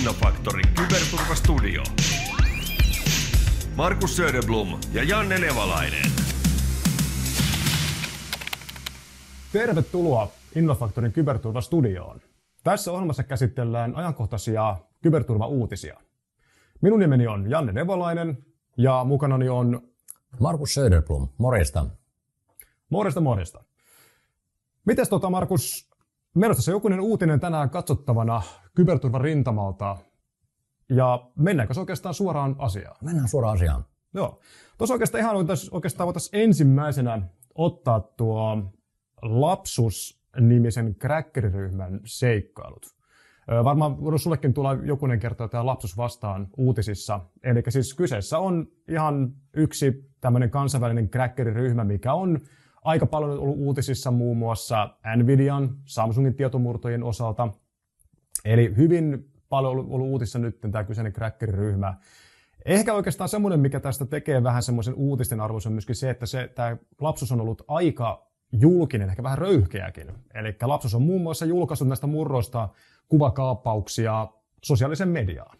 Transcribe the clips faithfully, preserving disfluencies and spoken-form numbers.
Innofactorin Kyberturvastudio. Markus Söderblom ja Janne Nevalainen. Tervetuloa Innofactorin Kyberturvastudioon. Tässä ohjelmassa käsitellään ajankohtaisia kyberturva-uutisia. Minun nimeni on Janne Nevalainen ja mukanani on Markus Söderblom. Morjesta. Morjesta, morjesta. Mites tota, Markus, meillä on tässä jokunen uutinen tänään katsottavana kyberturvan rintamalta. Ja mennäänkö se oikeastaan suoraan asiaan? Mennään suoraan asiaan. Joo. Tuossa oikeastaan ihan oikeastaan voitaisiin ensimmäisenä ottaa tuo Lapsus-nimisen crackeriryhmän seikkailut. Varmaan sullekin tulee jokunen kerta tämä Lapsus vastaan uutisissa. Eli siis kyseessä on ihan yksi tämmöinen kansainvälinen crackeriryhmä, mikä on aika paljon ollut uutisissa muun muassa Nvidian, Samsungin tietomurtojen osalta. Eli hyvin paljon ollut uutisissa nyt tämä kyseinen crackeriryhmä. Ehkä oikeastaan semmoinen, mikä tästä tekee vähän semmoisen uutisten arvoisen, on myöskin se, että se, tämä Lapsus on ollut aika julkinen, ehkä vähän röyhkeäkin. Eli Lapsus on muun muassa julkaissut näistä murroista kuvakaappauksia sosiaalisen mediaan.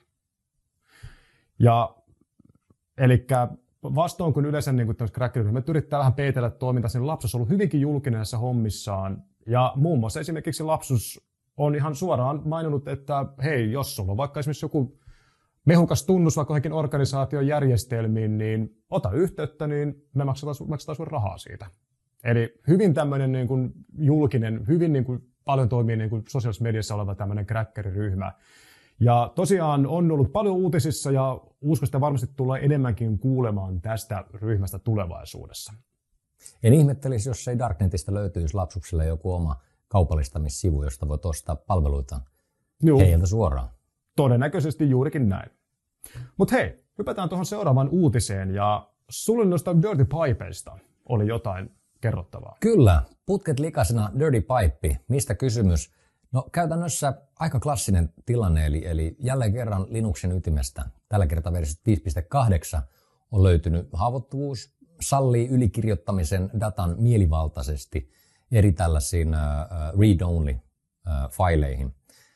Ja eli vastoin kun yleensä niin crackeriryhmät yrittää vähän peitellä toimintaa, niin Lapsus on ollut hyvinkin julkinen näissä hommissaan. Ja muun muassa esimerkiksi Lapsus on ihan suoraan maininnut, että hei, jos sulla on vaikka esimerkiksi joku mehukas tunnus vaikka johonkin organisaation järjestelmiin, niin ota yhteyttä, niin me maksetaan, maksetaan sulle rahaa siitä. Eli hyvin tämmöinen niin kuin julkinen, hyvin niin kuin paljon toimii niin kuin sosiaalisessa mediassa oleva tämmöinen crackeriryhmä. Ja tosiaan on ollut paljon uutisissa ja uskon, että varmasti tulee enemmänkin kuulemaan tästä ryhmästä tulevaisuudessa. En ihmettelisi, jos ei Darknetistä löytyisi Lapsukselle joku oma kaupallistamissivu, josta voit ostaa palveluita Juu. heiltä suoraan. Todennäköisesti juurikin näin. Mutta hei, hypätään tuohon seuraavaan uutiseen ja sulle noista Dirty Pipeista oli jotain kerrottavaa. Kyllä, putket likaisena Dirty Pipe. Mistä kysymys? No käytännössä aika klassinen tilanne, eli, eli jälleen kerran Linuxin ytimestä, tällä kertaa versio viisi piste kahdeksan on löytynyt haavoittuvuus, sallii ylikirjoittamisen datan mielivaltaisesti eri tällaisiin uh, read-only-faileihin.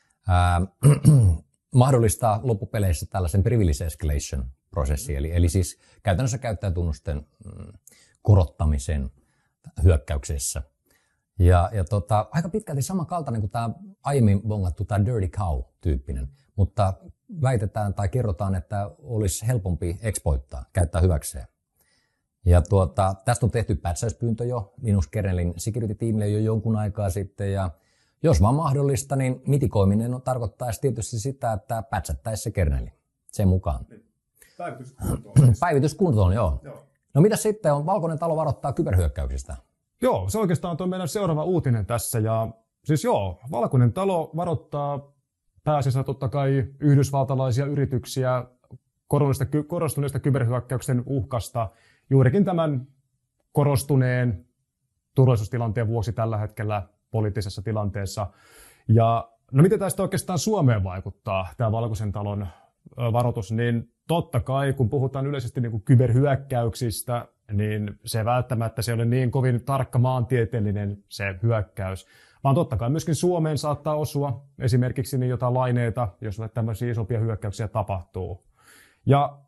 Uh, mahdollistaa loppupeleissä tällaisen privilege escalation-prosessi, eli, eli siis käytännössä käyttäjätunnusten mm, korottamisen hyökkäyksessä. Ja, ja tota, aika pitkälti samankaltainen kuin tämä aiemmin bongattu tämä Dirty Cow-tyyppinen, mutta väitetään tai kerrotaan, että olisi helpompi exploittaa, käyttää hyväkseen. Ja tuota, tästä on tehty pätsäyspyyntö jo Linux-kernelin security-tiimille jo jonkun aikaa sitten, ja jos vaan mahdollista, niin mitikoiminen tarkoittaisi tietysti sitä, että pätsättäisiin se kerneli sen mukaan. Päivityskuntoon. Päivityskuntoon, joo. joo. No mitä sitten on? Valkoinen talo varoittaa kyberhyökkäyksistä. Joo, se oikeastaan on tuo meidän seuraava uutinen tässä. Ja siis joo, Valkoinen talo varoittaa pääasiassa totta kai yhdysvaltalaisia yrityksiä korostuneesta kyberhyökkäyksen uhkasta juurikin tämän korostuneen turvallisuustilanteen vuoksi tällä hetkellä poliittisessa tilanteessa. Ja no miten tästä oikeastaan Suomeen vaikuttaa, tämä Valkoisen talon varoitus, niin totta kai kun puhutaan yleisesti niin kuin kyberhyökkäyksistä, niin se välttämättä se ei ole niin kovin tarkka maantieteellinen se hyökkäys, vaan totta kai myöskin Suomeen saattaa osua esimerkiksi niin jotain laineita, jos tämmöisiä isompia hyökkäyksiä tapahtuu. Ja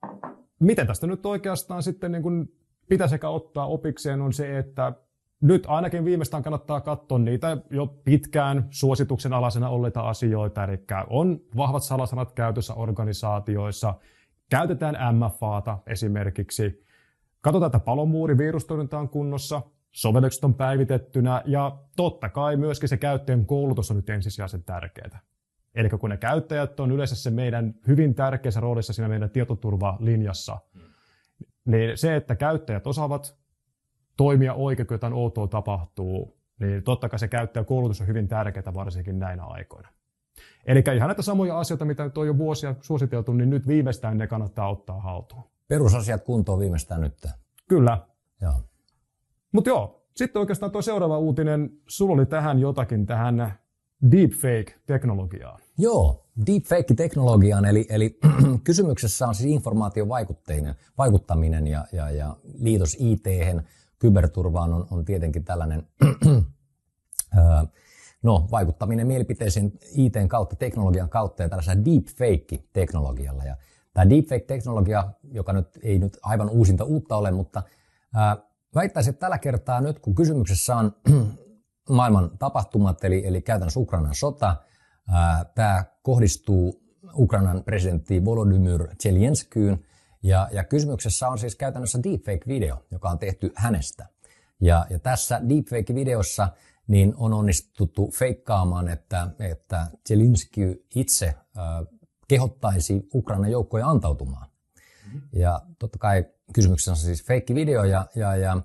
miten tästä nyt oikeastaan sitten niin kuin pitäisi ottaa opikseen on se, että nyt ainakin viimeistään kannattaa katsoa niitä jo pitkään suosituksen alaisena olleita asioita, eli on vahvat salasanat käytössä organisaatioissa, käytetään M F A:ta esimerkiksi, katsotaan, että palomuurivirustorjunta on kunnossa, sovellukset on päivitettynä ja totta kai myöskin se käyttäjän koulutus on nyt ensisijaisen tärkeää. Eli kun ne käyttäjät on yleensä se meidän hyvin tärkeässä roolissa siinä meidän tietoturvalinjassa, hmm. niin se, että käyttäjät osaavat toimia oikein, kun jotain outoa tapahtuu, niin totta kai se käyttäjäkoulutus on hyvin tärkeää varsinkin näinä aikoina. Eli ihan näitä samoja asioita, mitä nyt on jo vuosia suositeltu, niin nyt viimeistään ne kannattaa ottaa haltuun. Perusasiat kuntoon viimeistään nyt. Kyllä. Joo. Mutta joo, sitten oikeastaan tuo seuraava uutinen, sulla oli tähän jotakin, tähän deepfake-teknologiaan. Joo, deepfake-teknologiaan, eli, eli kysymyksessä on siis informaatiovaikutteinen vaikuttaminen ja, ja, ja liitos I T:hen, kyberturvaan on, on tietenkin tällainen no, vaikuttaminen mielipiteisiin I T:n kautta, teknologian kautta ja tällaisella deepfake-teknologialla. Ja tämä deepfake-teknologia, joka nyt ei nyt aivan uusinta uutta ole, mutta ää, väittäisin, että tällä kertaa nyt, kun kysymyksessä on maailman tapahtumat, eli, eli käytännössä Ukrainan sota, ää, tämä kohdistuu Ukrainan presidentti Volodymyr Zelenskyyyn, ja, ja kysymyksessä on siis käytännössä deepfake-video, joka on tehty hänestä. Ja, ja tässä deepfake-videossa niin on onnistuttu feikkaamaan, että, että Zelenskyi itse äh, kehottaisi Ukrainan joukkoja antautumaan. Mm-hmm. Ja totta kai kysymyksessä on siis feikki-video, ja, ja, ja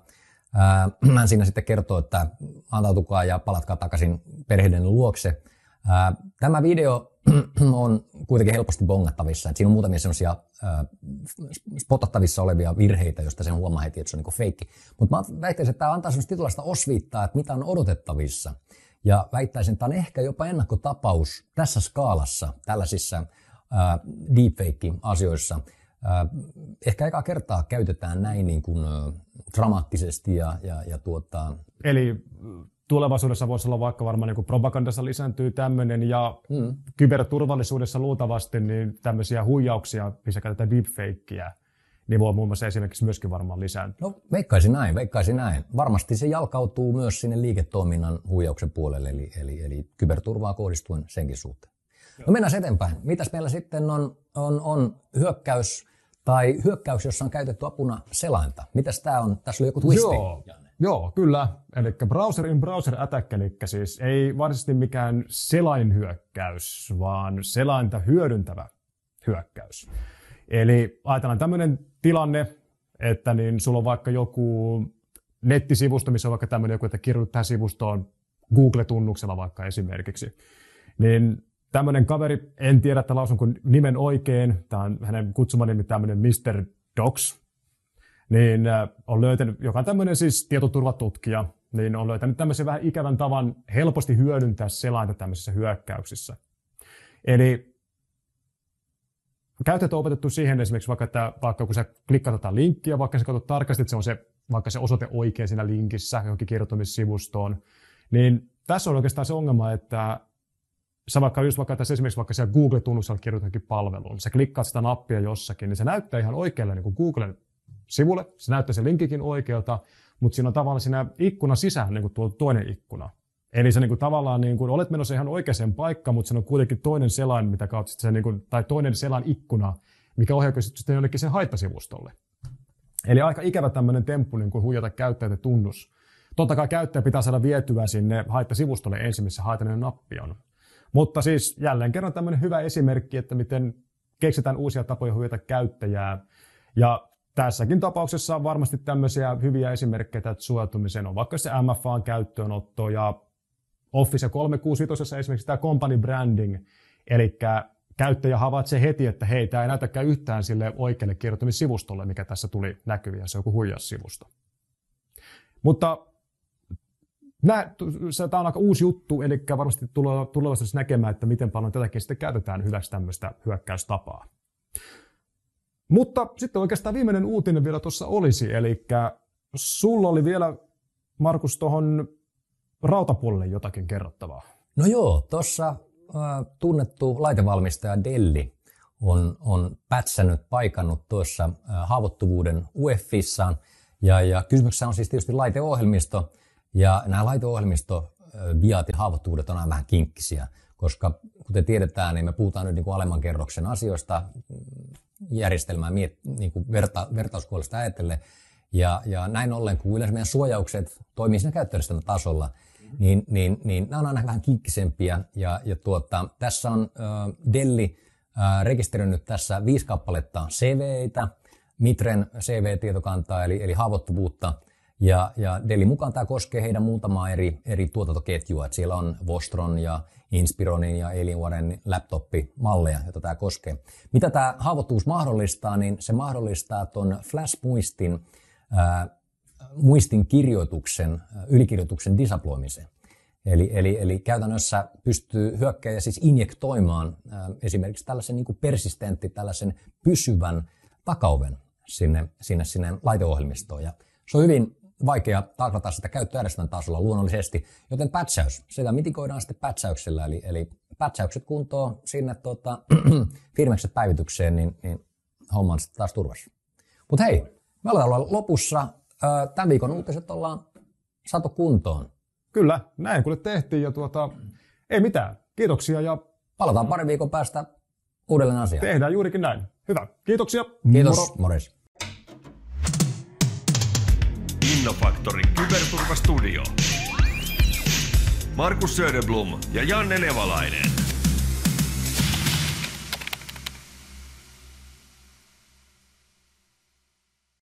äh, mä siinä sitten kertoo, että antautukaa ja palatkaa takaisin perheiden luokse. Äh, tämä video on kuitenkin helposti bongattavissa. Että siinä on muutamia sellaisia äh, spotattavissa olevia virheitä, joista sen huomaa heti, että se on niin feikki. Mutta mä väittäisin, että tämä antaa sellaista tietynlaista osviittaa, että mitä on odotettavissa. Ja väittäisin, että tämä on ehkä jopa ennakkotapaus tässä skaalassa, tällaisissa äh, deepfake-asioissa. Äh, ehkä eka kertaa käytetään näin niin kuin, äh, dramaattisesti ja, ja, ja tuota... Eli tulevaisuudessa voisi olla vaikka varmaan niin propagandassa lisääntyy tämmöinen ja mm. kyberturvallisuudessa luultavasti niin tämmöisiä huijauksia, missä käytetään deepfakeä, niin voi muun muassa esimerkiksi myöskin varmaan lisääntyä. No veikkaisin näin, veikkaisin näin. Varmasti se jalkautuu myös sinne liiketoiminnan huijauksen puolelle, eli, eli, eli kyberturvaa kohdistuen senkin suhteen. Joo. No mennään eteenpäin. Mitäs meillä sitten on, on, on hyökkäys tai hyökkäys, jossa on käytetty apuna selainta? Mitäs tämä on? Tässä oli joku twisti. Joo. Joo, kyllä. Eli browser in browser attack, eli siis ei varsinaisesti mikään selainhyökkäys, vaan selainta hyödyntävä hyökkäys. Eli ajatellaan tämmöinen tilanne, että niin sulla on vaikka joku nettisivusto, missä on vaikka tämmöinen joku, että kirjoitut tähän sivustoon Google-tunnuksella vaikka esimerkiksi. Niin tämmöinen kaveri, en tiedä, että lausunko nimen oikein, tämä on hänen kutsumanimi tämmöinen mister Docs, niin on löytänyt, joka on tämmöinen siis tietoturvatutkija, niin on löytänyt tämmöisen vähän ikävän tavan helposti hyödyntää selainta tämmöisissä hyökkäyksissä. Eli käytöt on opetettu siihen esimerkiksi vaikka, että vaikka kun sä klikkaat tätä linkkiä, vaikka sä katsot tarkasti, että se on se, vaikka se osoite oikein siinä linkissä johonkin kirjoittamissivustoon, niin tässä on oikeastaan se ongelma, että sä vaikka just vaikka tässä esimerkiksi vaikka siellä Google-tunnuksella kirjoitatkin palveluun, sä klikkaat sitä nappia jossakin, niin se näyttää ihan oikealle niin kuin Googlen sivulle, se näyttää se linkkikin oikealta, mutta siinä on tavallaan siinä ikkunan sisään niin kuin tuo toinen ikkuna. Eli sä niin kuin tavallaan niin kuin olet menossa ihan oikeaan paikkaan, mutta se on kuitenkin toinen selain, mitä kautta se niin kuin, tai toinen selain ikkuna, mikä ohjaa sitten jonnekin sen haittasivustolle. Eli aika ikävä tämmöinen temppu niin kuin huijata käyttäjät tunnus. Totta kai käyttäjä pitää saada vietyä sinne haittasivustolle ensin, missä haitainen nappi on. Mutta siis jälleen kerran tämmöinen hyvä esimerkki, että miten keksitään uusia tapoja huijata käyttäjää. Ja tässäkin tapauksessa on varmasti tämmöisiä hyviä esimerkkejä, että suojautumiseen on vaikka se M F A:n käyttöönotto ja Office kolmesataakuusikymmentäviisi esimerkiksi tämä company branding, eli käyttäjä havaitsee heti, että hei, tämä ei näytäkään yhtään sille oikealle kirjoittamissivustolle, mikä tässä tuli näkyviin, se on joku huijaussivusto. Mutta tämä on aika uusi juttu, eli varmasti tulee tulevaisuudessa näkemään, että miten paljon tätäkin sitten käytetään hyväksi tämmöistä hyökkäystapaa. Mutta sitten oikeastaan viimeinen uutinen vielä tuossa olisi, eli sulla oli vielä, Markus, tuohon rautapuolelle jotakin kerrottavaa. No joo, tuossa äh, tunnettu laitevalmistaja Delli on, on pätsännyt, paikannut tuossa äh, haavoittuvuuden U E F I:ssaan, ja, ja kysymyksessä on siis tietysti laiteohjelmisto, ja nämä laiteohjelmisto äh, viatin haavoittuvuudet on aina vähän kinkkisiä, koska kuten tiedetään, niin me puhutaan nyt niin kuin alemman kerroksen asioista, järjestelmää miet, niin kuin verta, vertauskuolesta ajatellen. Ja, ja näin ollen, kun yleensä meidän suojaukset toimii siinä käyttäjärjestelmän tasolla, mm-hmm. niin, niin, niin nämä on aina vähän kinkkisempiä. Ja, ja tuota, tässä on äh, Delli äh, rekisteröinyt tässä viisi kappaletta C V:itä, Mitren C V-tietokantaa, eli, eli haavoittuvuutta. Ja, ja Dellin mukaan tämä koskee heidän muutamaa eri, eri tuotantoketjua. Et siellä on Vostron ja Inspironin ja Alienwaren laptoppimalleja, joita tämä koskee. Mitä tämä haavoittuvuus mahdollistaa, niin se mahdollistaa tuon Flash-muistin ää, muistin kirjoituksen, ylikirjoituksen disabloimisen. Eli, eli, eli käytännössä pystyy hyökkäjä siis injektoimaan ää, esimerkiksi tällaisen niin kuin persistentti, tällaisen pysyvän takauven sinne, sinne, sinne laiteohjelmistoon. Ja se on hyvin vaikea taklata sitä käyttöjärjestelmän tasolla luonnollisesti, joten pätsäys, sitä mitikoidaan sitten pätsäyksellä, eli, eli pätsäykset kuntoon sinne tuota, firmekset päivitykseen, niin, niin homma on sitten taas turvassa. Mutta hei, me ollaan lopussa. Tämän viikon uutiset ollaan saatu kuntoon. Kyllä, näin kuule tehtiin ja tuota, ei mitään. Kiitoksia ja palataan parin viikon päästä uudelleen asiaan. Tehdään juurikin näin. Hyvä, kiitoksia. Kiitos, Moro. morjens. Innofaktorin Kyberturvastudio. Markus Söderblom ja Janne Nevalainen.